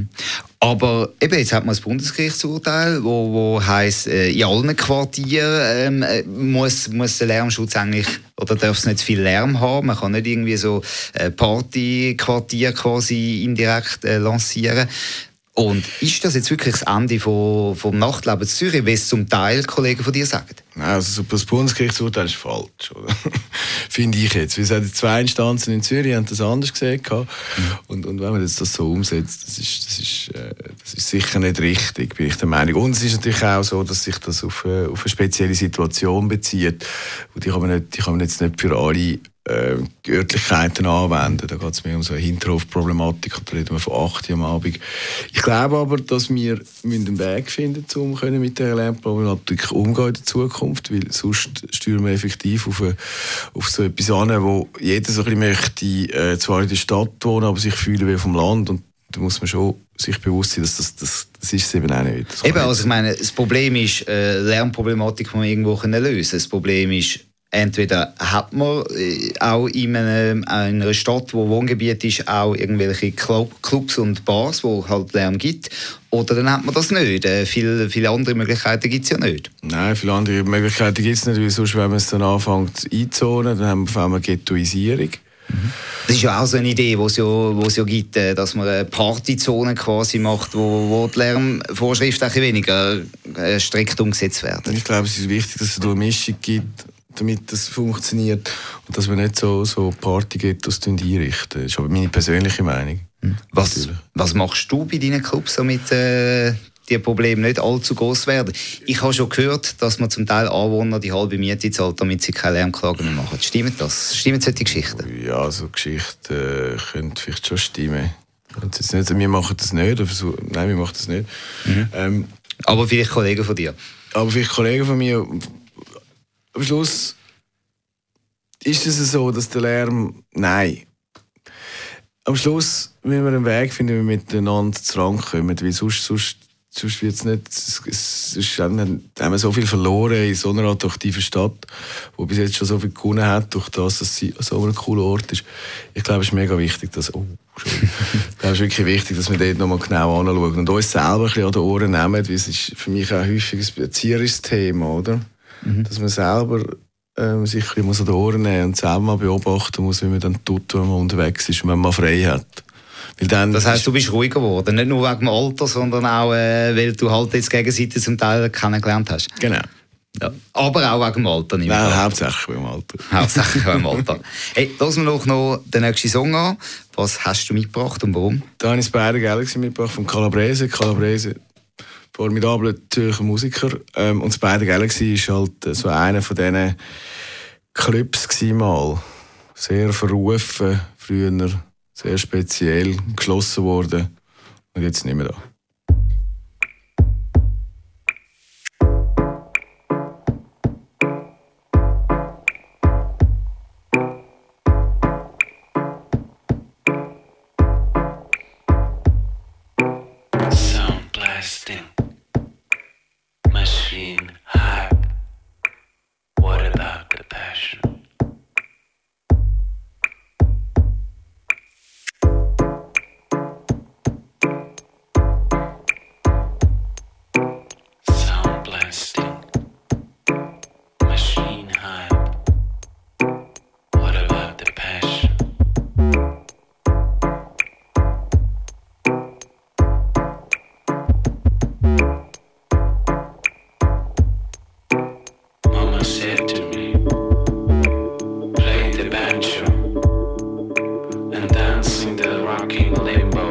Aber eben, jetzt hat man das Bundesgerichtsurteil, wo heisst, in allen Quartieren muss der Lärmschutz eigentlich, oder darf es nicht zu viel Lärm haben. Man kann nicht irgendwie so Partyquartier quasi indirekt lancieren. Und ist das jetzt wirklich das Ende vom Nachtleben in Zürich, wie es zum Teil Kollegen von dir sagen? Nein, also das Bundesgerichtsurteil ist falsch, oder? Finde ich jetzt. Weil die 2 Instanzen in Zürich haben das anders gesehen. Und wenn man jetzt das so umsetzt, das ist sicher nicht richtig, bin ich der Meinung. Und es ist natürlich auch so, dass sich das auf eine spezielle Situation bezieht. Und die kann man jetzt nicht für alle Örtlichkeiten anwenden. Da geht es mehr um so eine Hinterhofproblematik. Da reden wir von 8 Uhr am Abend. Ich glaube aber, dass wir einen Weg finden, um mit dieser Lärmproblematik umgehen in der Zukunft, weil sonst steuern wir effektiv auf so etwas an, wo jeder so ein bisschen möchte, zwar in der Stadt wohnen, aber sich fühlen wie vom Land. Und da muss man schon sich bewusst sein, dass das ist es eben auch nicht. Eben, also ich meine, das Problem ist, Lärmproblematik kann man irgendwo lösen. Das Problem ist, entweder hat man auch in einer Stadt, wo Wohngebiet ist, auch irgendwelche Clubs und Bars, wo halt Lärm gibt. Oder dann hat man das nicht. Viele andere Möglichkeiten gibt es ja nicht. Nein, viele andere Möglichkeiten gibt es nicht, weil sonst, wenn man es dann anfängt einzuzonen, dann haben wir auf einmal Ghettoisierung. Das ist ja auch so eine Idee, die es ja gibt, dass man eine Partyzone quasi macht, wo die Lärmvorschriften ein weniger strikt umgesetzt werden. Ich glaube, es ist wichtig, dass es eine Mischung gibt, damit das funktioniert und dass wir nicht so Partyghettos einrichten. Das ist aber meine persönliche Meinung. Was machst du bei deinen Clubs, damit die Probleme nicht allzu groß werden? Ich habe schon gehört, dass man zum Teil Anwohner die halbe Miete zahlt, damit sie keine Lärmklagen mehr machen. Stimmt das? Stimmen solche Geschichten? Ja, so Geschichten können vielleicht schon stimmen. Jetzt nicht, wir machen das nicht. Nein, wir machen das nicht. Aber vielleicht Kollegen von dir? Aber vielleicht Kollegen von mir. Am Schluss ist es so, dass der Lärm... Nein. Am Schluss müssen wir einen Weg finden, wie wir miteinander zusammenkommen. Weil sonst wird es nicht... Sonst haben wir so viel verloren in so einer attraktiven Stadt, die bis jetzt schon so viel gewonnen hat, durch das, dass sie so ein cooler Ort ist. Ich glaube, es ist mega wichtig, dass... Ich glaube, es ist wirklich wichtig, dass wir dort nochmal genau anschauen und uns selber ein bisschen an die Ohren nehmen, weil es ist für mich auch häufig ein erzieherisches Thema, oder? Dass man selber sich ein bisschen an die Ohren nehmen und selber mal beobachten muss, wie man dann tut, wenn man unterwegs ist und wenn man frei hat. Weil dann das heisst, du bist ruhiger geworden, nicht nur wegen dem Alter, sondern auch, weil du halt jetzt die Gegenseite zum Teil kennengelernt hast. Genau. Ja. Aber auch wegen dem Alter. Nein, hauptsächlich wegen dem Alter. Hauptsächlich wegen dem Alter. Hey, lassen wir noch den nächsten Song an. Was hast du mitgebracht und warum? Da habe ich Spider Galaxy mitgebracht von Calabrese. Formidabler Zürcher Musiker. Und Spider Galaxy war halt so einer von diesen Clubs mal. Sehr verrufen, früher sehr speziell, geschlossen worden. Und jetzt nicht mehr da. said to me, play the banjo and dance in the rocking limbo.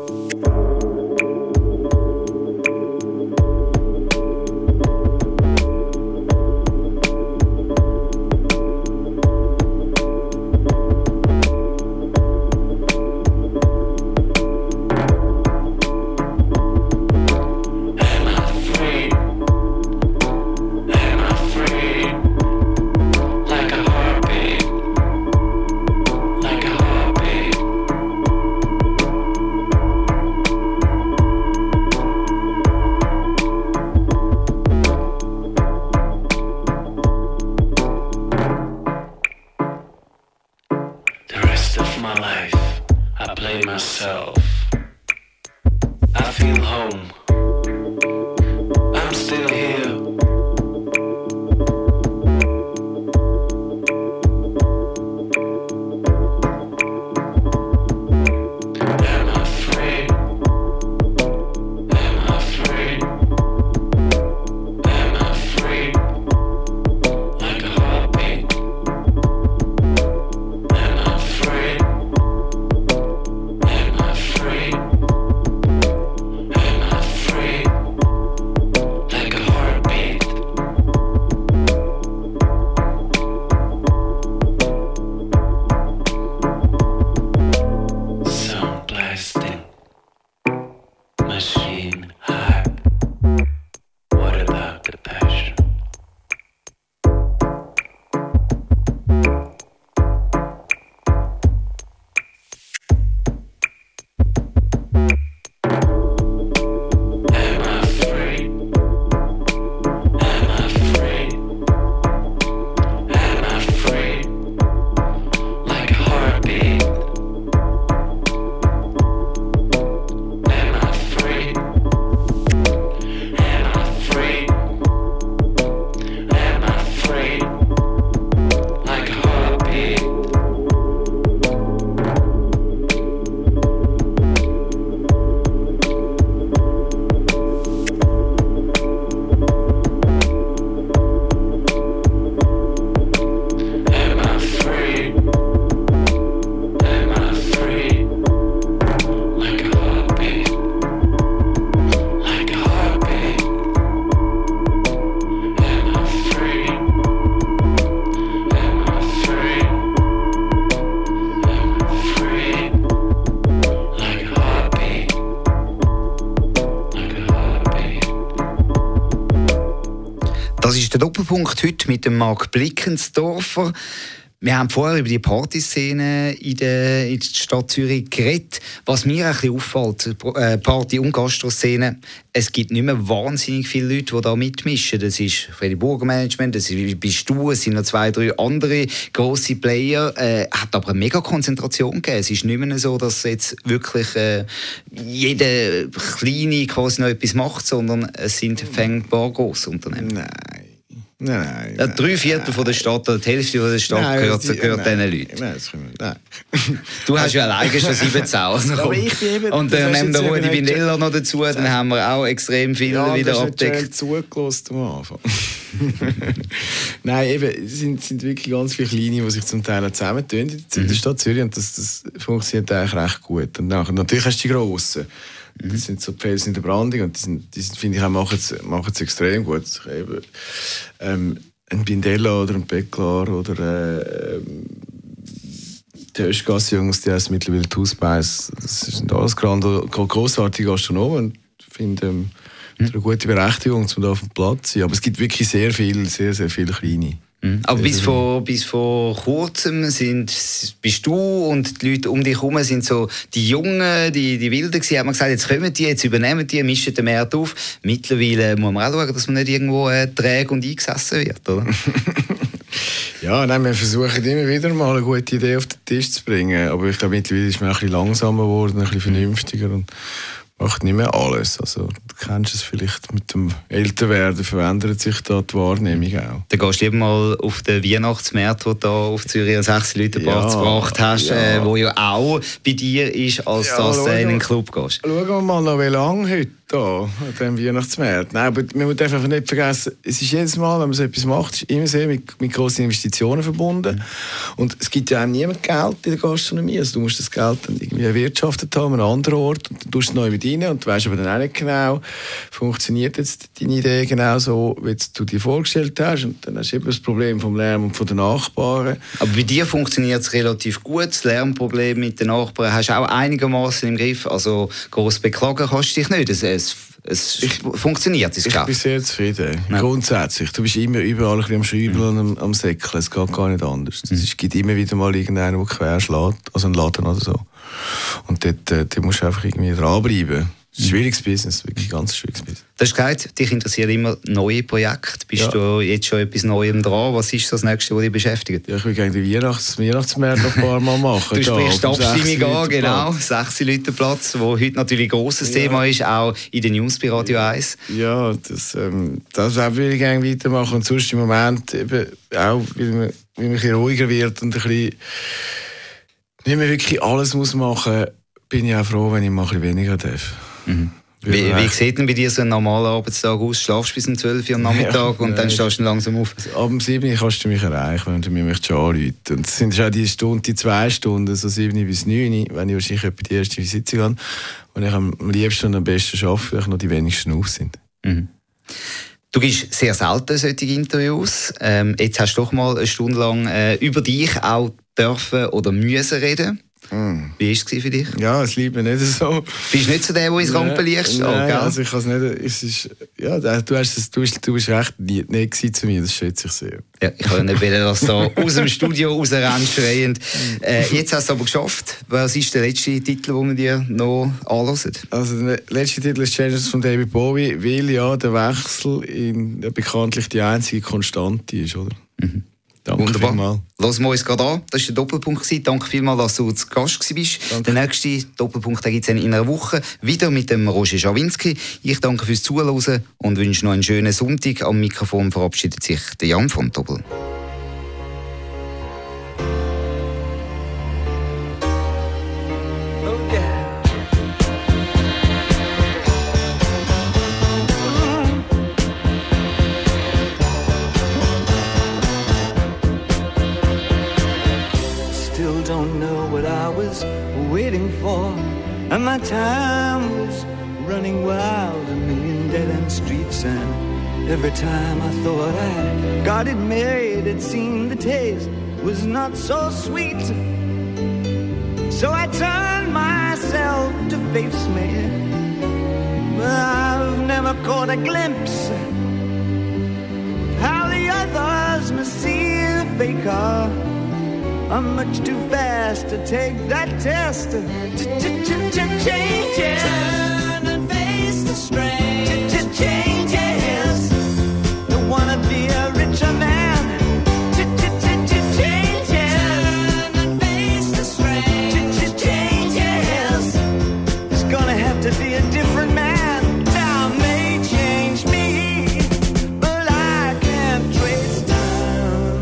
Das ist der Doppelpunkt heute mit dem Marc Blickensdorfer. Wir haben vorher über die Partyszene in der Stadt Zürich geredet. Was mir ein bisschen auffällt, Party- und Gastroszene, es gibt nicht mehr wahnsinnig viele Leute, die da mitmischen. Das ist Freddy Burgermanagement, das bist du, es sind noch 2, 3 andere grosse Player. Hat aber eine mega Konzentration gegeben. Es ist nicht mehr so, dass jetzt wirklich jeder Kleine quasi noch etwas macht, sondern es sind fängbar grosse Unternehmen. Nein. 3/4 von der Stadt, oder die Hälfte von der Stadt gehört diesen Leuten. Nein. Du hast ja alleine schon 17 Aber ich bin eben, und dann nehmen wir Rudi Bindella noch dazu, dann haben wir auch extrem viel wieder abgedeckt. Zugelassen am Anfang. Nein, eben, es sind wirklich ganz viele Kleine, die sich zum Teil zusammentun in der Stadt Zürich, und das funktioniert eigentlich recht gut. Und natürlich hast du die Grossen. Das sind so die Fels in der Brandung, und die sind, finde ich, auch machen es extrem gut. Ein Bindella oder ein Beklar oder die Öschgasse-Jungs, die heißen mittlerweile die Hausbeis. Das sind alles grossartige Gastronomen. Ich finde, eine gute Berechtigung, um da auf dem Platz zu sein. Aber es gibt wirklich sehr viele Kleine. Aber bis vor kurzem bist du und die Leute um dich herum sind so die Jungen, die Wilden gewesen, haben gesagt, jetzt kommen die, jetzt übernehmen die, mischen den Markt auf. Mittlerweile muss man auch schauen, dass man nicht irgendwo träge und eingesessen wird, oder? Ja, nein, wir versuchen immer wieder mal eine gute Idee auf den Tisch zu bringen. Aber ich glaube, mittlerweile ist man ein bisschen langsamer geworden, ein bisschen vernünftiger und macht nicht mehr alles. Also kennst es vielleicht, mit dem Älterwerden verändert sich da die Wahrnehmung auch. Dann gehst du lieber mal auf den Weihnachtsmarkt, den du hier auf Zürich an 6 Leute gebracht hast, wo ja auch bei dir ist, als dass du in einen Club gehst. Schauen wir mal noch, wie lange heute da, an diesem Weihnachtsmarkt. Nein, aber man darf einfach nicht vergessen, es ist jedes Mal, wenn man so etwas macht, ist immer sehr mit grossen Investitionen verbunden. Und es gibt ja auch niemand Geld in der Gastronomie. Also du musst das Geld dann irgendwie erwirtschaftet haben an einem anderen Ort und dann tust du es neu mit rein und du weißt aber dann auch nicht genau, funktioniert jetzt deine Idee genau so, wie du dir vorgestellt hast. Und dann hast du eben das Problem vom Lärm und von den Nachbarn. Aber bei dir funktioniert es relativ gut. Das Lärmproblem mit den Nachbarn hast du auch einigermaßen im Griff. Also gross beklagen kannst du dich nicht. Es funktioniert, das Geschäft. Ich bin sehr zufrieden. Ja. Grundsätzlich. Du bist immer überall ein bisschen am Schreiben und am Säckeln. Es geht gar nicht anders. Es gibt immer wieder mal irgendeinen, der quer schlägt, also einen Laden oder so. Und dort musst du einfach irgendwie dranbleiben. Das ist ein schwieriges Business, wirklich ein ganz schwieriges Business. Du hast gesagt, dich interessieren immer neue Projekte. Bist du jetzt schon etwas Neuem dran? Was ist das Nächste, was dich beschäftigt? Ja, ich will gerne den Weihnachtsmärkte noch ein paar Mal machen. Du sprichst die Abstimmung an, genau. 6 Leute Platz, wo heute natürlich ein grosses Thema ist, auch in den News bei Radio 1. Ja, das will ich gerne weitermachen. Und sonst im Moment eben auch, weil man ein bisschen ruhiger wird und ein bisschen nicht mehr wirklich alles muss machen, bin ich auch froh, wenn ich mal ein bisschen weniger darf. Mhm. Wie sieht denn bei dir so ein normaler Arbeitstag aus? Schlafst du bis um 12 Uhr am Nachmittag und dann stehst du langsam auf? Also ab um 7 Uhr kannst du mich erreichen, wenn du mich anrufen. Und das sind auch die 2 Stunden, so 7 bis 9, wenn ich wahrscheinlich etwa die erste Sitzung habe, wo ich am liebsten und am besten arbeite, weil noch die wenigsten auf sind. Mhm. Du gibst sehr selten solche Interviews. Jetzt hast du doch mal eine Stunde lang über dich auch dürfen oder müssen reden. Wie war es für dich? Ja, es liebt mir nicht so. Bist du nicht so der, der ins Rampen liegst? Nein, also ich kann es nicht. Es ist, ja, du bist recht nett zu mir, das schätze ich sehr. Ja, ich kann nicht wollen, dass du aus dem Studio rausrennst, schreiend. Jetzt hast du es aber geschafft. Was ist der letzte Titel, den wir dir noch anhören? Also der letzte Titel ist Changes von David Bowie, weil ja der Wechsel bekanntlich die einzige Konstante ist, oder? Mhm. Danke. Wunderbar. Vielmals. Lassen wir uns gerade an. Das war der Doppelpunkt. Danke vielmals, dass du zu Gast warst. Der nächste Doppelpunkt gibt es in einer Woche. Wieder mit dem Roger Schawinski. Ich danke fürs Zuhören und wünsche noch einen schönen Sonntag. Am Mikrofon verabschiedet sich der Jan von Tobel. And my time was running wild, a million dead-end streets. And every time I thought I got it made, it seemed the taste was not so sweet. So I turned myself to face me, but I've never caught a glimpse how the others must see the faker. I'm much too fast to take that test. Changes. Turn and face the strain. Changes. Don't wanna be a richer man. Changes. Turn and face the strain. Changes. It's gonna have to be a different man. Time may change me, but I can't trace time.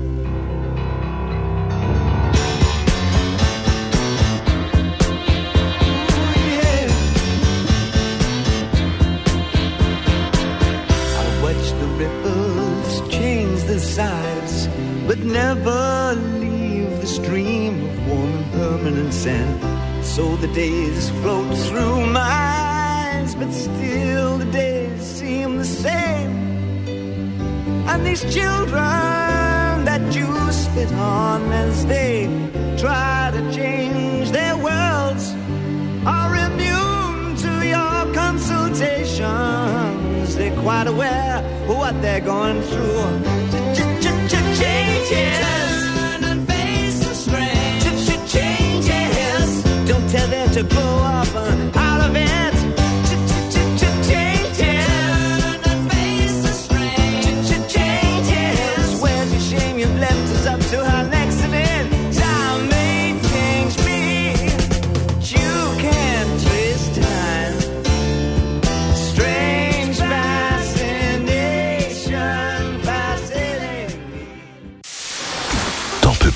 Sides, but never leave the stream of warm and permanent sand. So the days float through my eyes, but still the days seem the same. And these children that you spit on as they try to change their worlds are immune to your consultations. They're quite aware of what they're going through. Changes. Turn and face the strain. Changes. Don't tell them to grow up out of it. Changes. Turn and face the strain. Changes. Where's your shame? You've left us up to our next event. Time may change me, but you can't trace time. Straight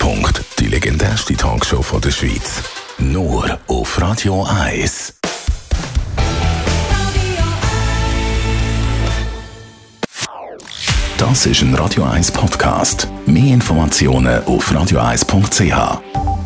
Treffpunkt, die legendärste Talkshow von der Schweiz. Nur auf Radio 1. Das ist ein Radio 1 Podcast. Mehr Informationen auf radio1.ch.